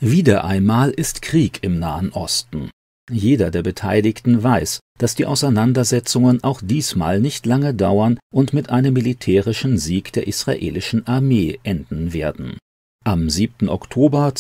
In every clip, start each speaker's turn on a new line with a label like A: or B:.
A: Wieder einmal ist Krieg im Nahen Osten. Jeder der Beteiligten weiß, dass die Auseinandersetzungen auch diesmal nicht lange dauern und mit einem militärischen Sieg der israelischen Armee enden werden. Am 7. Oktober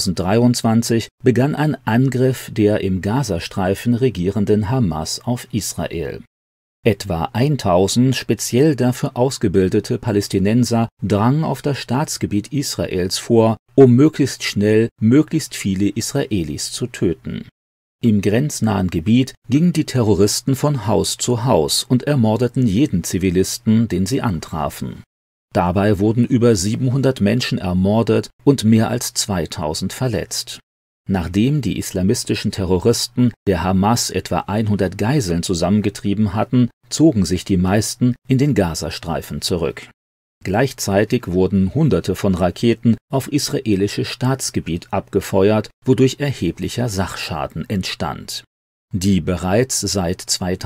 A: 2023 begann ein Angriff der im Gazastreifen regierenden Hamas auf Israel. Etwa 1000 speziell dafür ausgebildete Palästinenser drangen auf das Staatsgebiet Israels vor, um möglichst schnell möglichst viele Israelis zu töten. Im grenznahen Gebiet gingen die Terroristen von Haus zu Haus und ermordeten jeden Zivilisten, den sie antrafen. Dabei wurden über 700 Menschen ermordet und mehr als 2000 verletzt. Nachdem die islamistischen Terroristen der Hamas etwa 100 Geiseln zusammengetrieben hatten, zogen sich die meisten in den Gazastreifen zurück. Gleichzeitig wurden Hunderte von Raketen auf israelisches Staatsgebiet abgefeuert, wodurch erheblicher Sachschaden entstand. Die bereits seit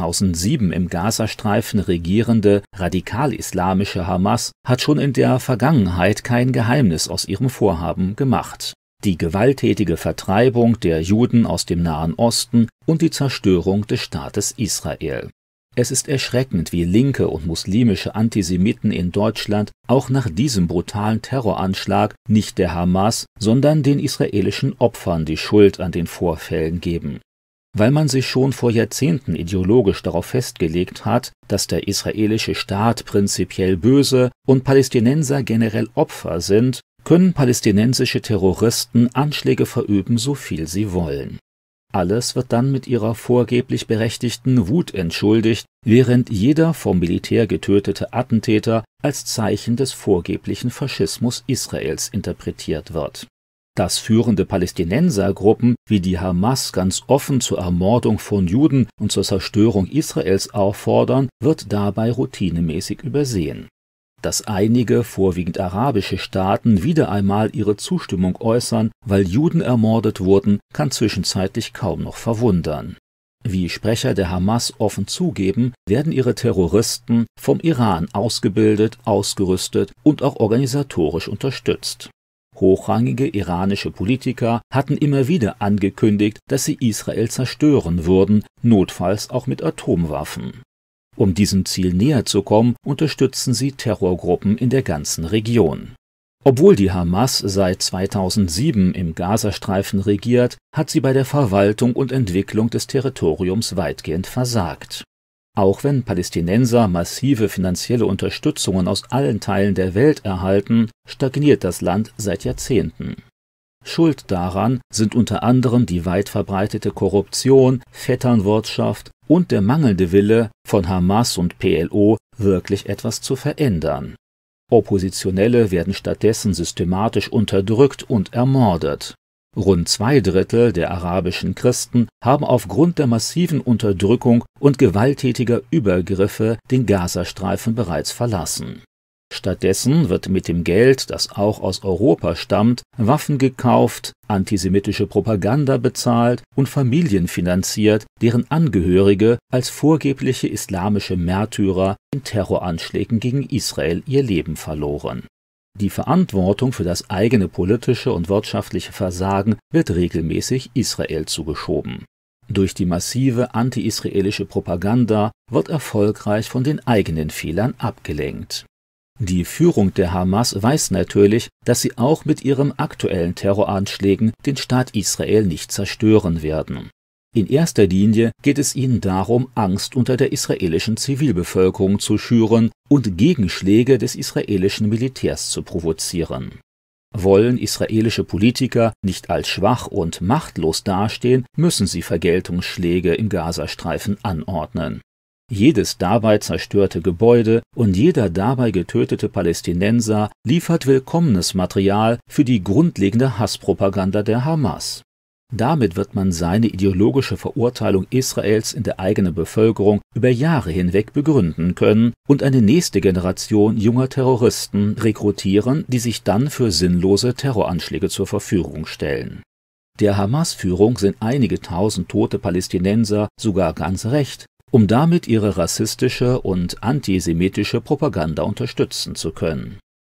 A: 2007 im Gazastreifen regierende radikal-islamische Hamas hat schon in der Vergangenheit kein Geheimnis aus ihrem Vorhaben gemacht: die gewalttätige Vertreibung der Juden aus dem Nahen Osten und die Zerstörung des Staates Israel. Es ist erschreckend, wie linke und muslimische Antisemiten in Deutschland auch nach diesem brutalen Terroranschlag nicht der Hamas, sondern den israelischen Opfern die Schuld an den Vorfällen geben. Weil man sich schon vor Jahrzehnten ideologisch darauf festgelegt hat, dass der israelische Staat prinzipiell böse und Palästinenser generell Opfer sind, können palästinensische Terroristen Anschläge verüben, so viel sie wollen. Alles wird dann mit ihrer vorgeblich berechtigten Wut entschuldigt, während jeder vom Militär getötete Attentäter als Zeichen des vorgeblichen Faschismus Israels interpretiert wird. Dass führende Palästinensergruppen wie die Hamas ganz offen zur Ermordung von Juden und zur Zerstörung Israels auffordern, wird dabei routinemäßig übersehen. Dass einige vorwiegend arabische Staaten wieder einmal ihre Zustimmung äußern, weil Juden ermordet wurden, kann zwischenzeitlich kaum noch verwundern. Wie Sprecher der Hamas offen zugeben, werden ihre Terroristen vom Iran ausgebildet, ausgerüstet und auch organisatorisch unterstützt. Hochrangige iranische Politiker hatten immer wieder angekündigt, dass sie Israel zerstören würden, notfalls auch mit Atomwaffen. Um diesem Ziel näher zu kommen, unterstützen sie Terrorgruppen in der ganzen Region. Obwohl die Hamas seit 2007 im Gazastreifen regiert, hat sie bei der Verwaltung und Entwicklung des Territoriums weitgehend versagt. Auch wenn Palästinenser massive finanzielle Unterstützungen aus allen Teilen der Welt erhalten, stagniert das Land seit Jahrzehnten. Schuld daran sind unter anderem die weit verbreitete Korruption, Vetternwirtschaft und der mangelnde Wille von Hamas und PLO, wirklich etwas zu verändern. Oppositionelle werden stattdessen systematisch unterdrückt und ermordet. Rund 2/3 der arabischen Christen haben aufgrund der massiven Unterdrückung und gewalttätiger Übergriffe den Gazastreifen bereits verlassen. Stattdessen wird mit dem Geld, das auch aus Europa stammt, Waffen gekauft, antisemitische Propaganda bezahlt und Familien finanziert, deren Angehörige als vorgebliche islamische Märtyrer in Terroranschlägen gegen Israel ihr Leben verloren. Die Verantwortung für das eigene politische und wirtschaftliche Versagen wird regelmäßig Israel zugeschoben. Durch die massive anti-israelische Propaganda wird erfolgreich von den eigenen Fehlern abgelenkt. Die Führung der Hamas weiß natürlich, dass sie auch mit ihren aktuellen Terroranschlägen den Staat Israel nicht zerstören werden. In erster Linie geht es ihnen darum, Angst unter der israelischen Zivilbevölkerung zu schüren und Gegenschläge des israelischen Militärs zu provozieren. Wollen israelische Politiker nicht als schwach und machtlos dastehen, müssen sie Vergeltungsschläge im Gazastreifen anordnen. Jedes dabei zerstörte Gebäude und jeder dabei getötete Palästinenser liefert willkommenes Material für die grundlegende Hasspropaganda der Hamas. Damit wird man seine ideologische Verurteilung Israels in der eigenen Bevölkerung über Jahre hinweg begründen können und eine nächste Generation junger Terroristen rekrutieren, die sich dann für sinnlose Terroranschläge zur Verfügung stellen. Der Hamas-Führung sind einige tausend tote Palästinenser sogar ganz recht, um damit ihre rassistische und antisemitische Propaganda unterstützen zu können.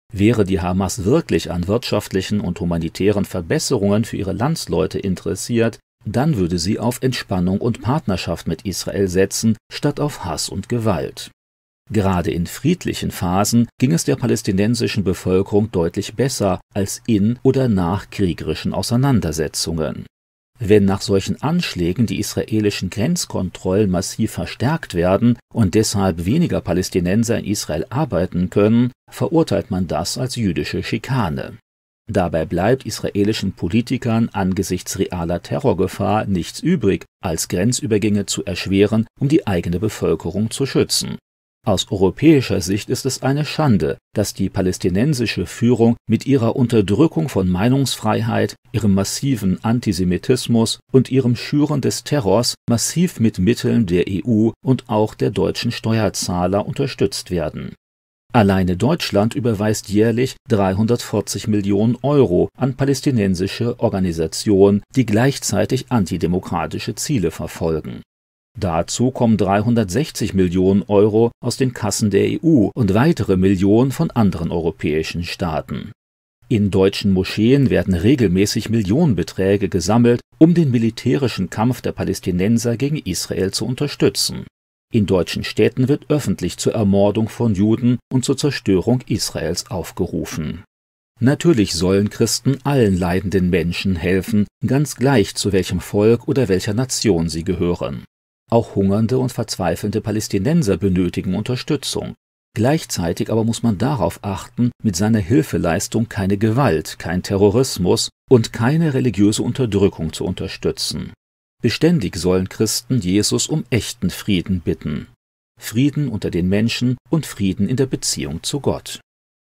A: Wäre die Hamas wirklich an wirtschaftlichen und humanitären Verbesserungen für ihre Landsleute interessiert, dann würde sie auf Entspannung und Partnerschaft mit Israel setzen, statt auf Hass und Gewalt. Gerade in friedlichen Phasen ging es der palästinensischen Bevölkerung deutlich besser als in oder nach kriegerischen Auseinandersetzungen. Wenn nach solchen Anschlägen die israelischen Grenzkontrollen massiv verstärkt werden und deshalb weniger Palästinenser in Israel arbeiten können, verurteilt man das als jüdische Schikane. Dabei bleibt israelischen Politikern angesichts realer Terrorgefahr nichts übrig, als Grenzübergänge zu erschweren, um die eigene Bevölkerung zu schützen. Aus europäischer Sicht ist es eine Schande, dass die palästinensische Führung mit ihrer Unterdrückung von Meinungsfreiheit, ihrem massiven Antisemitismus und ihrem Schüren des Terrors massiv mit Mitteln der EU und auch der deutschen Steuerzahler unterstützt werden. Alleine Deutschland überweist jährlich 340 Millionen Euro an palästinensische Organisationen, die gleichzeitig antidemokratische Ziele verfolgen. Dazu kommen 360 Millionen Euro aus den Kassen der EU und weitere Millionen von anderen europäischen Staaten. In deutschen Moscheen werden regelmäßig Millionenbeträge gesammelt, um den militärischen Kampf der Palästinenser gegen Israel zu unterstützen. In deutschen Städten wird öffentlich zur Ermordung von Juden und zur Zerstörung Israels aufgerufen. Natürlich sollen Christen allen leidenden Menschen helfen, ganz gleich zu welchem Volk oder welcher Nation sie gehören. Auch hungernde und verzweifelnde Palästinenser benötigen Unterstützung. Gleichzeitig aber muss man darauf achten, mit seiner Hilfeleistung keine Gewalt, kein Terrorismus und keine religiöse Unterdrückung zu unterstützen. Beständig sollen Christen Jesus um echten Frieden bitten. Frieden unter den Menschen und Frieden in der Beziehung zu Gott.